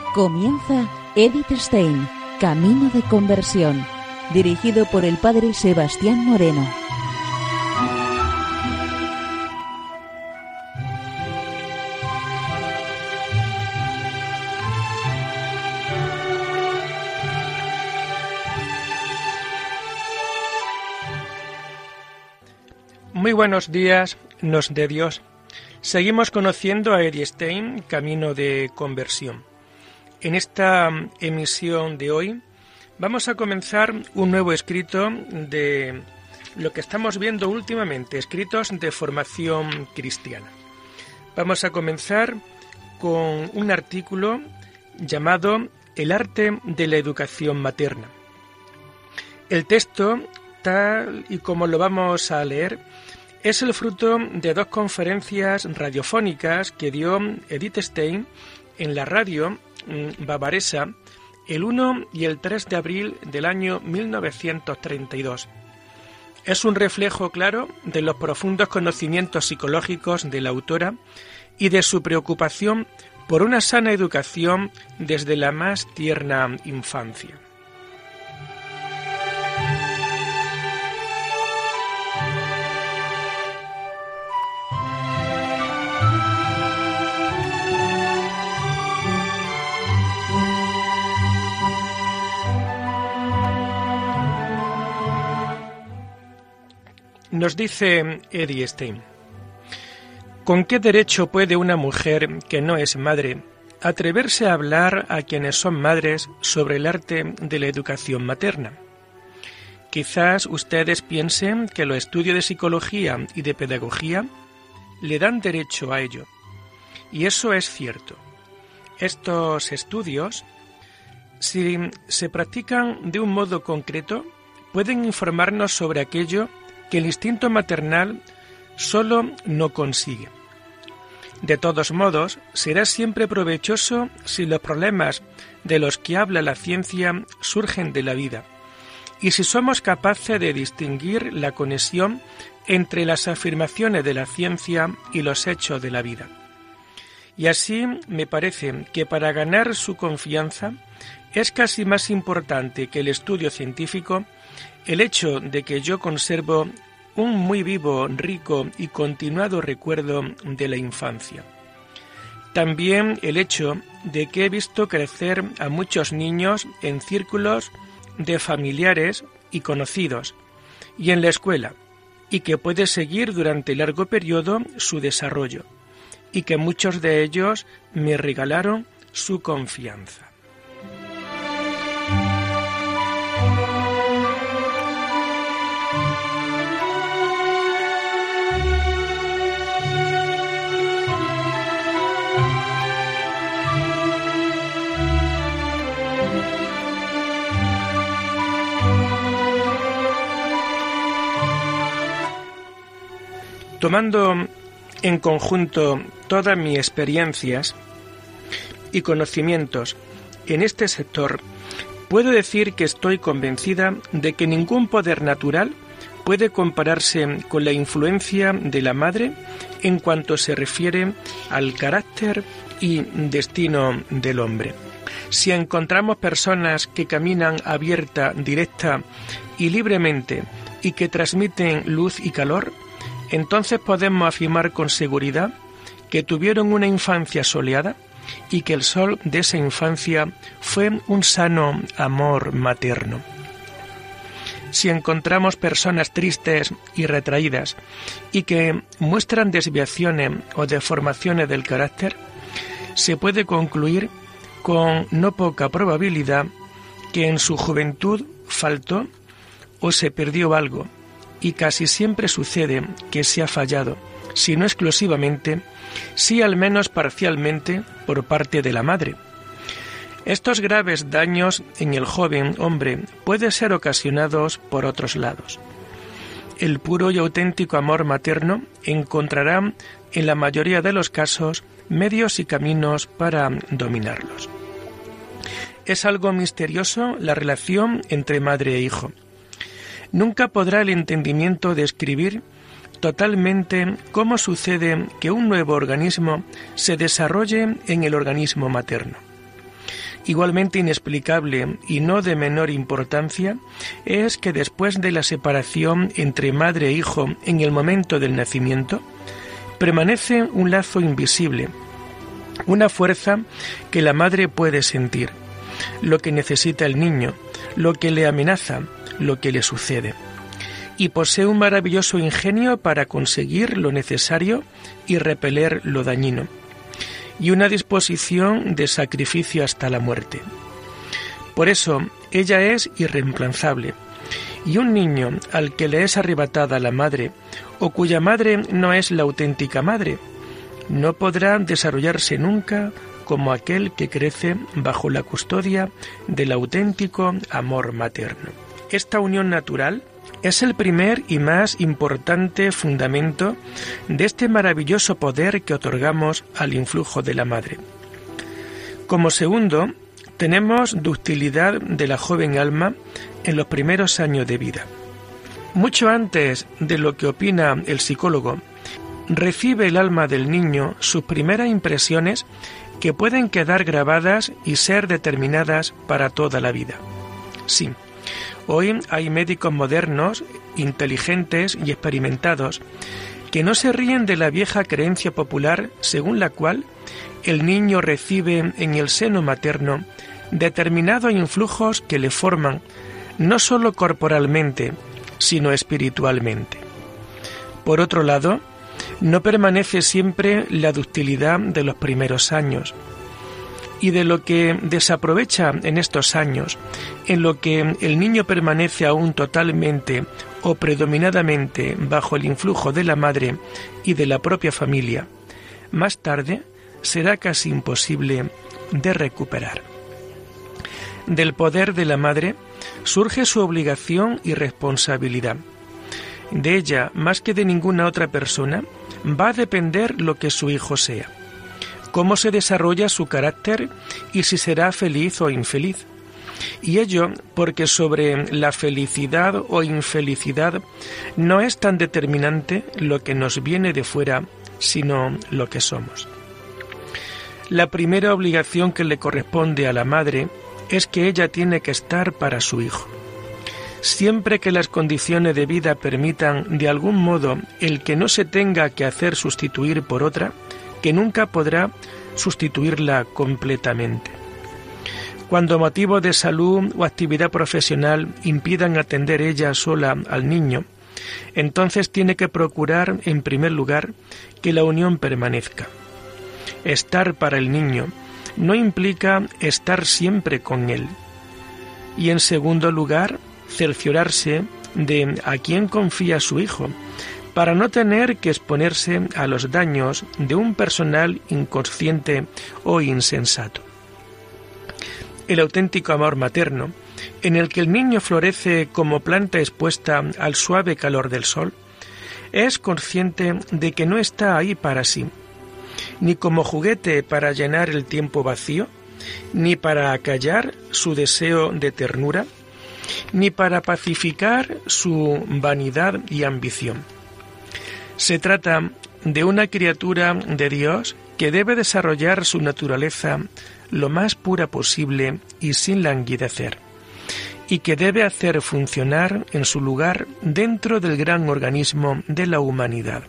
Comienza Edith Stein, Camino de Conversión, dirigido por el Padre Sebastián Moreno. Muy buenos días, nos de Dios. Seguimos conociendo a Edith Stein, Camino de Conversión. En esta emisión de hoy vamos a comenzar un nuevo escrito de lo que estamos viendo últimamente, escritos de formación cristiana. Vamos a comenzar con un artículo llamado El arte de la educación materna. El texto, tal y como lo vamos a leer, es el fruto de dos conferencias radiofónicas que dio Edith Stein en la radio bavaresa el 1 y el 3 de abril del año 1932. Es un reflejo claro de los profundos conocimientos psicológicos de la autora y de su preocupación por una sana educación desde la más tierna infancia. Nos dice Edith Stein: ¿con qué derecho puede una mujer que no es madre atreverse a hablar a quienes son madres sobre el arte de la educación materna? Quizás ustedes piensen que los estudios de psicología y de pedagogía le dan derecho a ello. Y eso es cierto. Estos estudios, si se practican de un modo concreto, pueden informarnos sobre aquello que el instinto maternal solo no consigue. De todos modos, será siempre provechoso si los problemas de los que habla la ciencia surgen de la vida, y si somos capaces de distinguir la conexión entre las afirmaciones de la ciencia y los hechos de la vida. Y así me parece que para ganar su confianza es casi más importante que el estudio científico el hecho de que yo conservo un muy vivo, rico y continuado recuerdo de la infancia. También el hecho de que he visto crecer a muchos niños en círculos de familiares y conocidos y en la escuela, y que puede seguir durante largo periodo su desarrollo, y que muchos de ellos me regalaron su confianza. Tomando en conjunto todas mis experiencias y conocimientos en este sector, puedo decir que estoy convencida de que ningún poder natural puede compararse con la influencia de la madre en cuanto se refiere al carácter y destino del hombre. Si encontramos personas que caminan abierta, directa y libremente y que transmiten luz y calor, entonces podemos afirmar con seguridad que tuvieron una infancia soleada y que el sol de esa infancia fue un sano amor materno. Si encontramos personas tristes y retraídas y que muestran desviaciones o deformaciones del carácter, se puede concluir con no poca probabilidad que en su juventud faltó o se perdió algo, y casi siempre sucede que se ha fallado, si no exclusivamente, sí al menos parcialmente, por parte de la madre. Estos graves daños en el joven hombre pueden ser ocasionados por otros lados. El puro y auténtico amor materno encontrará, en la mayoría de los casos, medios y caminos para dominarlos. Es algo misterioso la relación entre madre e hijo. Nunca podrá el entendimiento describir totalmente cómo sucede que un nuevo organismo se desarrolle en el organismo materno. Igualmente inexplicable y no de menor importancia es que después de la separación entre madre e hijo en el momento del nacimiento, permanece un lazo invisible, una fuerza que la madre puede sentir, lo que necesita el niño, lo que le amenaza, lo que le sucede, y posee un maravilloso ingenio para conseguir lo necesario y repeler lo dañino, y una disposición de sacrificio hasta la muerte. Por eso, ella es irreemplazable, y un niño al que le es arrebatada la madre, o cuya madre no es la auténtica madre, no podrá desarrollarse nunca como aquel que crece bajo la custodia del auténtico amor materno. Esta unión natural es el primer y más importante fundamento de este maravilloso poder que otorgamos al influjo de la madre. Como segundo, tenemos ductilidad de la joven alma en los primeros años de vida. Mucho antes de lo que opina el psicólogo, recibe el alma del niño sus primeras impresiones que pueden quedar grabadas y ser determinadas para toda la vida. Sí, hoy hay médicos modernos, inteligentes y experimentados que no se ríen de la vieja creencia popular según la cual el niño recibe en el seno materno determinados influjos que le forman no solo corporalmente, sino espiritualmente. Por otro lado, no permanece siempre la ductilidad de los primeros años, y de lo que desaprovecha en estos años, en lo que el niño permanece aún totalmente o predominadamente bajo el influjo de la madre y de la propia familia, más tarde será casi imposible de recuperar. Del poder de la madre surge su obligación y responsabilidad. De ella, más que de ninguna otra persona, va a depender lo que su hijo sea, cómo se desarrolla su carácter y si será feliz o infeliz. Y ello porque sobre la felicidad o infelicidad no es tan determinante lo que nos viene de fuera, sino lo que somos. La primera obligación que le corresponde a la madre es que ella tiene que estar para su hijo. Siempre que las condiciones de vida permitan de algún modo el que no se tenga que hacer sustituir por otra, que nunca podrá sustituirla completamente. Cuando motivos de salud o actividad profesional impidan atender ella sola al niño, entonces tiene que procurar, en primer lugar, que la unión permanezca. Estar para el niño no implica estar siempre con él. Y en segundo lugar, cerciorarse de a quién confía su hijo, para no tener que exponerse a los daños de un personal inconsciente o insensato. El auténtico amor materno, en el que el niño florece como planta expuesta al suave calor del sol, es consciente de que no está ahí para sí, ni como juguete para llenar el tiempo vacío, ni para acallar su deseo de ternura, ni para pacificar su vanidad y ambición. Se trata de una criatura de Dios que debe desarrollar su naturaleza lo más pura posible y sin languidecer, y que debe hacer funcionar en su lugar dentro del gran organismo de la humanidad.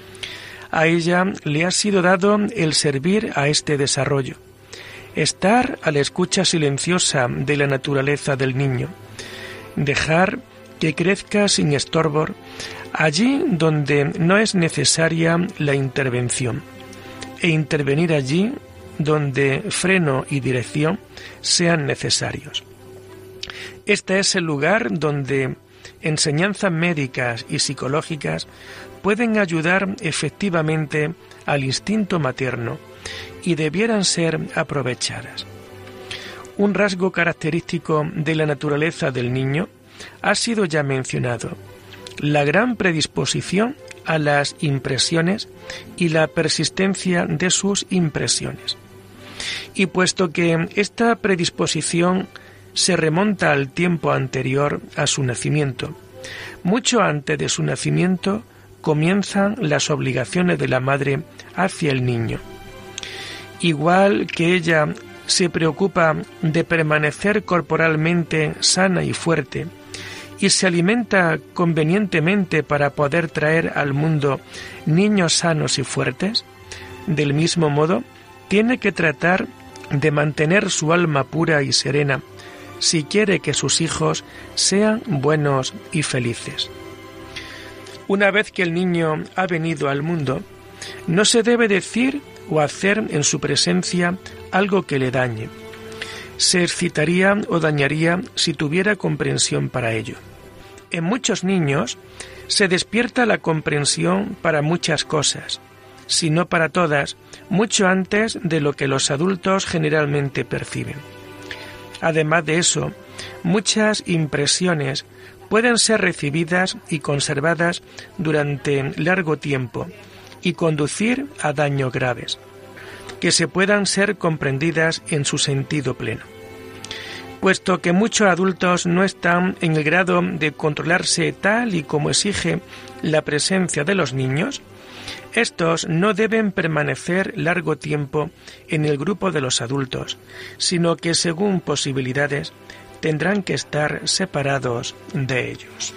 A ella le ha sido dado el servir a este desarrollo, estar a la escucha silenciosa de la naturaleza del niño, dejar que crezca sin estorbo allí donde no es necesaria la intervención, e intervenir allí donde freno y dirección sean necesarios. Este es el lugar donde enseñanzas médicas y psicológicas pueden ayudar efectivamente al instinto materno y debieran ser aprovechadas. Un rasgo característico de la naturaleza del niño ha sido ya mencionado: la gran predisposición a las impresiones y la persistencia de sus impresiones. Y puesto que esta predisposición se remonta al tiempo anterior a su nacimiento, mucho antes de su nacimiento comienzan las obligaciones de la madre hacia el niño. Igual que ella se preocupa de permanecer corporalmente sana y fuerte, y se alimenta convenientemente para poder traer al mundo niños sanos y fuertes, del mismo modo, tiene que tratar de mantener su alma pura y serena, si quiere que sus hijos sean buenos y felices. Una vez que el niño ha venido al mundo, no se debe decir o hacer en su presencia algo que le dañe. Se excitaría o dañaría si tuviera comprensión para ello. En muchos niños se despierta la comprensión para muchas cosas, si no para todas, mucho antes de lo que los adultos generalmente perciben. Además de eso, muchas impresiones pueden ser recibidas y conservadas durante largo tiempo y conducir a daños graves, que se puedan ser comprendidas en su sentido pleno. Puesto que muchos adultos no están en el grado de controlarse tal y como exige la presencia de los niños, estos no deben permanecer largo tiempo en el grupo de los adultos, sino que según posibilidades tendrán que estar separados de ellos.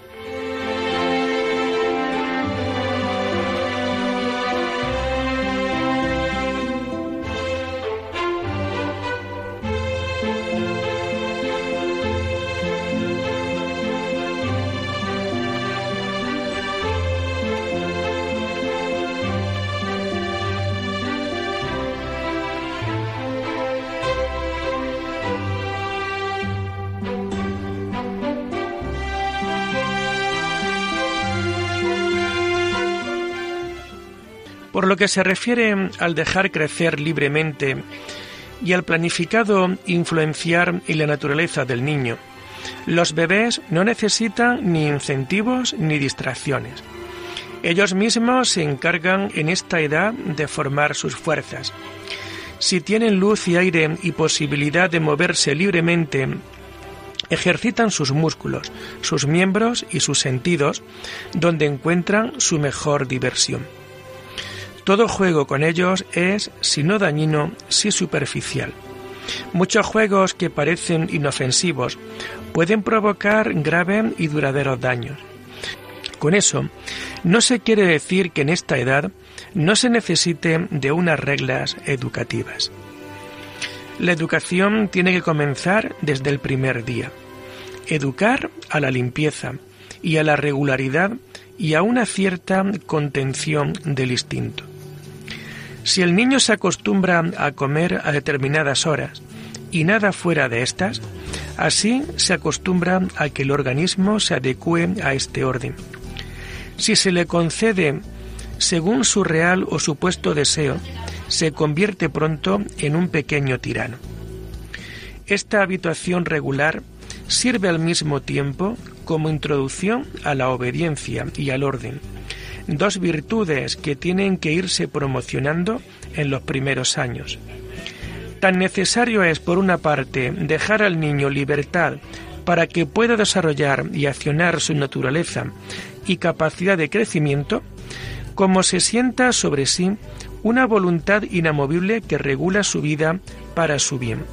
Por lo que se refiere al dejar crecer libremente y al planificado influenciar en la naturaleza del niño, los bebés no necesitan ni incentivos ni distracciones. Ellos mismos se encargan en esta edad de formar sus fuerzas. Si tienen luz y aire y posibilidad de moverse libremente, ejercitan sus músculos, sus miembros y sus sentidos, donde encuentran su mejor diversión. Todo juego con ellos es, si no dañino, sí superficial. Muchos juegos que parecen inofensivos pueden provocar graves y duraderos daños. Con eso, no se quiere decir que en esta edad no se necesite de unas reglas educativas. La educación tiene que comenzar desde el primer día. Educar a la limpieza y a la regularidad y a una cierta contención del instinto. Si el niño se acostumbra a comer a determinadas horas y nada fuera de estas, así se acostumbra a que el organismo se adecue a este orden. Si se le concede según su real o supuesto deseo, se convierte pronto en un pequeño tirano. Esta habituación regular sirve al mismo tiempo como introducción a la obediencia y al orden, dos virtudes que tienen que irse promocionando en los primeros años. Tan necesario es, por una parte, dejar al niño libertad para que pueda desarrollar y accionar su naturaleza y capacidad de crecimiento, como se sienta sobre sí una voluntad inamovible que regula su vida para su bien.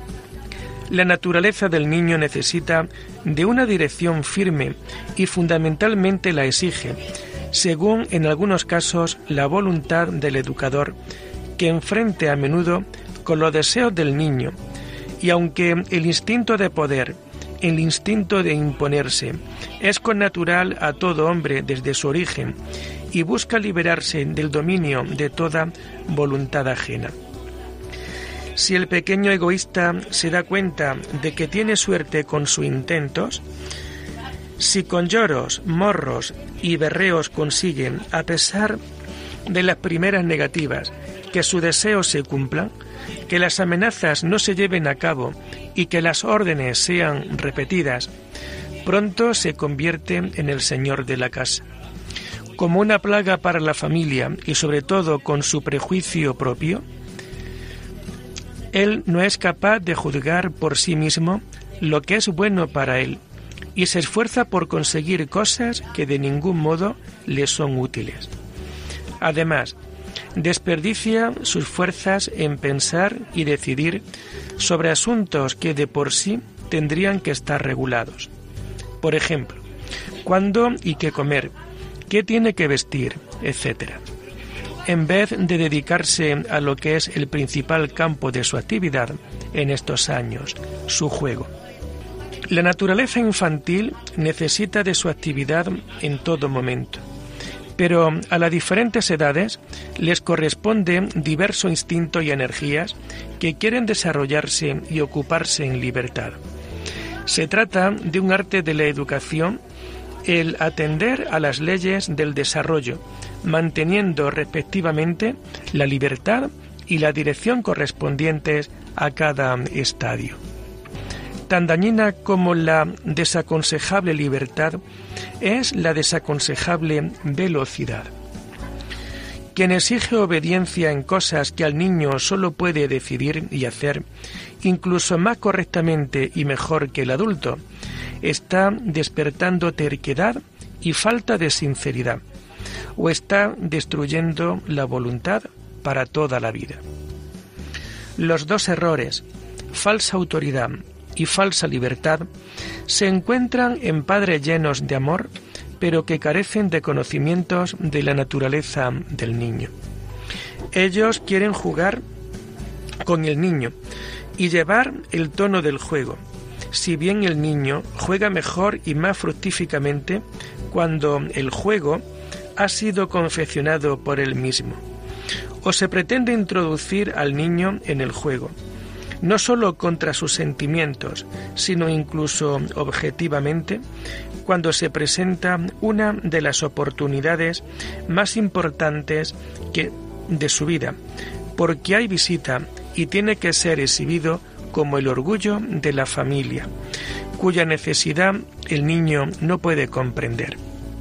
La naturaleza del niño necesita de una dirección firme y fundamentalmente la exige, según en algunos casos la voluntad del educador, que enfrente a menudo con los deseos del niño, y aunque el instinto de poder, el instinto de imponerse, es connatural a todo hombre desde su origen y busca liberarse del dominio de toda voluntad ajena. Si el pequeño egoísta se da cuenta de que tiene suerte con sus intentos, si con lloros, morros y berreos consiguen, a pesar de las primeras negativas, que sus deseos se cumplan, que las amenazas no se lleven a cabo y que las órdenes sean repetidas, pronto se convierte en el señor de la casa. Como una plaga para la familia y sobre todo con su prejuicio propio, él no es capaz de juzgar por sí mismo lo que es bueno para él y se esfuerza por conseguir cosas que de ningún modo le son útiles. Además, desperdicia sus fuerzas en pensar y decidir sobre asuntos que de por sí tendrían que estar regulados. Por ejemplo, cuándo y qué comer, qué tiene que vestir, etc., en vez de dedicarse a lo que es el principal campo de su actividad en estos años, su juego. La naturaleza infantil necesita de su actividad en todo momento, pero a las diferentes edades les corresponde diverso instinto y energías que quieren desarrollarse y ocuparse en libertad. Se trata de un arte de la educación, el atender a las leyes del desarrollo, manteniendo respectivamente la libertad y la dirección correspondientes a cada estadio. Tan dañina como la desaconsejable libertad es la desaconsejable velocidad. Quien exige obediencia en cosas que al niño solo puede decidir y hacer, incluso más correctamente y mejor que el adulto, está despertando terquedad y falta de sinceridad, o está destruyendo la voluntad para toda la vida. Los dos errores, falsa autoridad y falsa libertad, se encuentran en padres llenos de amor, pero que carecen de conocimientos de la naturaleza del niño. Ellos quieren jugar con el niño y llevar el tono del juego, si bien el niño juega mejor y más fructíficamente cuando el juego ha sido confeccionado por él mismo, o se pretende introducir al niño en el juego, no sólo contra sus sentimientos, sino incluso objetivamente, cuando se presenta una de las oportunidades más importantes de su vida, porque hay visita y tiene que ser exhibido como el orgullo de la familia, cuya necesidad el niño no puede comprender.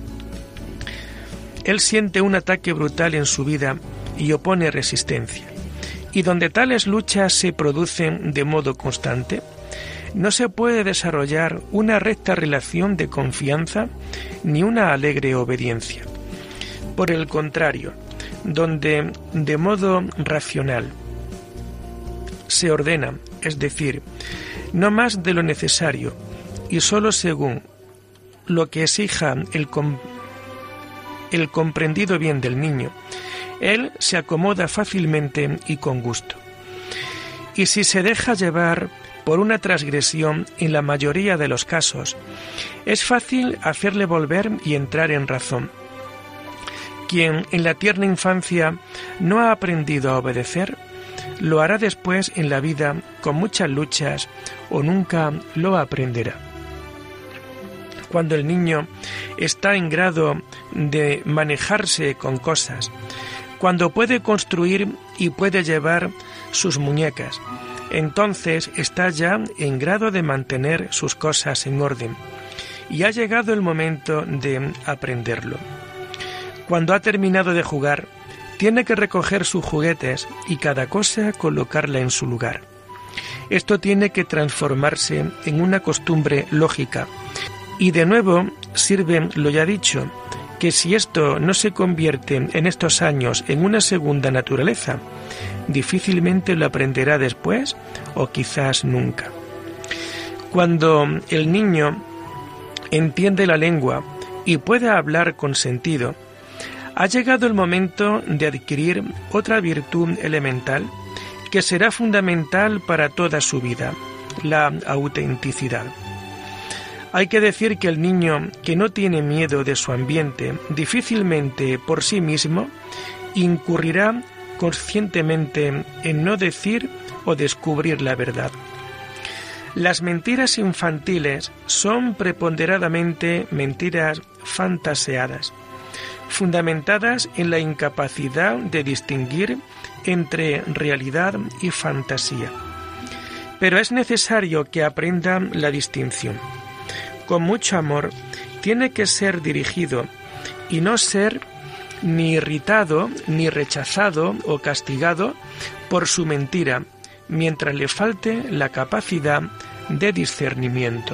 Él siente un ataque brutal en su vida y opone resistencia, y donde tales luchas se producen de modo constante, no se puede desarrollar una recta relación de confianza ni una alegre obediencia. Por el contrario, donde de modo racional se ordena, es decir, no más de lo necesario y sólo según lo que exija el comprendido bien del niño, él se acomoda fácilmente y con gusto. Y si se deja llevar por una transgresión, en la mayoría de los casos, es fácil hacerle volver y entrar en razón. Quien en la tierna infancia no ha aprendido a obedecer, lo hará después en la vida con muchas luchas o nunca lo aprenderá. Cuando el niño está en grado de manejarse con cosas, cuando puede construir y puede llevar sus muñecas, entonces está ya en grado de mantener sus cosas en orden y ha llegado el momento de aprenderlo. Cuando ha terminado de jugar, tiene que recoger sus juguetes y cada cosa colocarla en su lugar. Esto tiene que transformarse en una costumbre lógica. Y de nuevo sirve lo ya dicho, que si esto no se convierte en estos años en una segunda naturaleza, difícilmente lo aprenderá después o quizás nunca. Cuando el niño entiende la lengua y puede hablar con sentido, ha llegado el momento de adquirir otra virtud elemental que será fundamental para toda su vida, la autenticidad. Hay que decir que el niño que no tiene miedo de su ambiente difícilmente por sí mismo incurrirá conscientemente en no decir o descubrir la verdad. Las mentiras infantiles son preponderadamente mentiras fantaseadas, fundamentadas en la incapacidad de distinguir entre realidad y fantasía. Pero es necesario que aprendan la distinción. Con mucho amor tiene que ser dirigido y no ser ni irritado, ni rechazado o castigado por su mentira, mientras le falte la capacidad de discernimiento.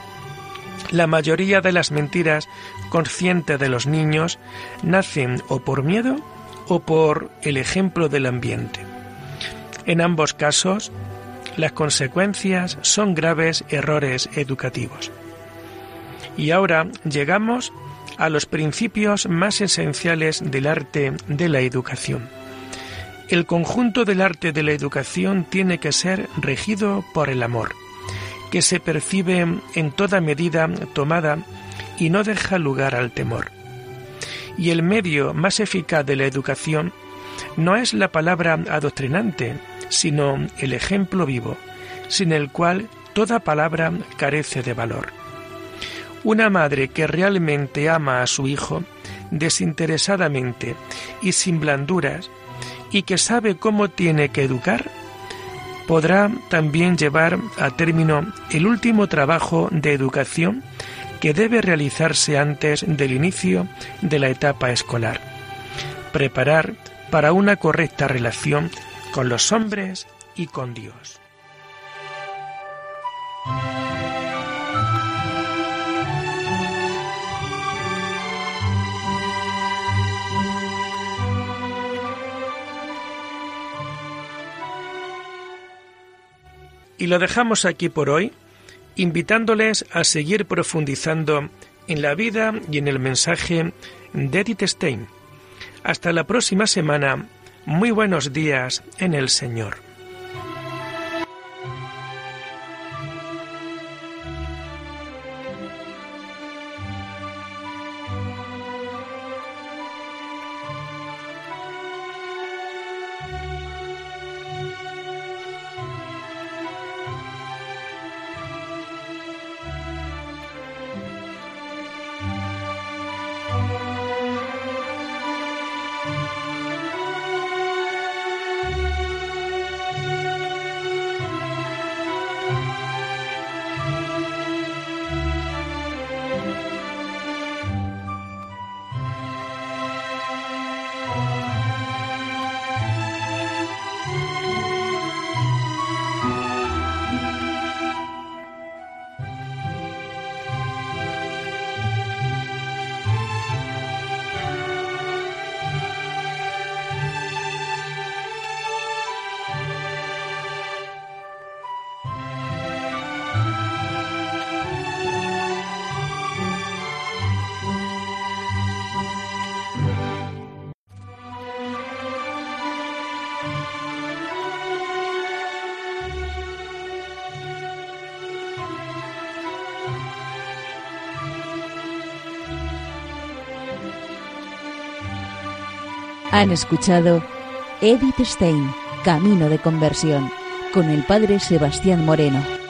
La mayoría de las mentiras conscientes de los niños nacen o por miedo o por el ejemplo del ambiente. En ambos casos, las consecuencias son graves errores educativos. Y ahora llegamos a los principios más esenciales del arte de la educación. El conjunto del arte de la educación tiene que ser regido por el amor, que se percibe en toda medida tomada y no deja lugar al temor. Y el medio más eficaz de la educación no es la palabra adoctrinante, sino el ejemplo vivo, sin el cual toda palabra carece de valor. Una madre que realmente ama a su hijo, desinteresadamente y sin blanduras, y que sabe cómo tiene que educar, podrá también llevar a término el último trabajo de educación que debe realizarse antes del inicio de la etapa escolar: preparar para una correcta relación con los hombres y con Dios. Y lo dejamos aquí por hoy, invitándoles a seguir profundizando en la vida y en el mensaje de Edith Stein. Hasta la próxima semana. Muy buenos días en el Señor. Han escuchado Edith Stein, Camino de Conversión, con el padre Sebastián Moreno.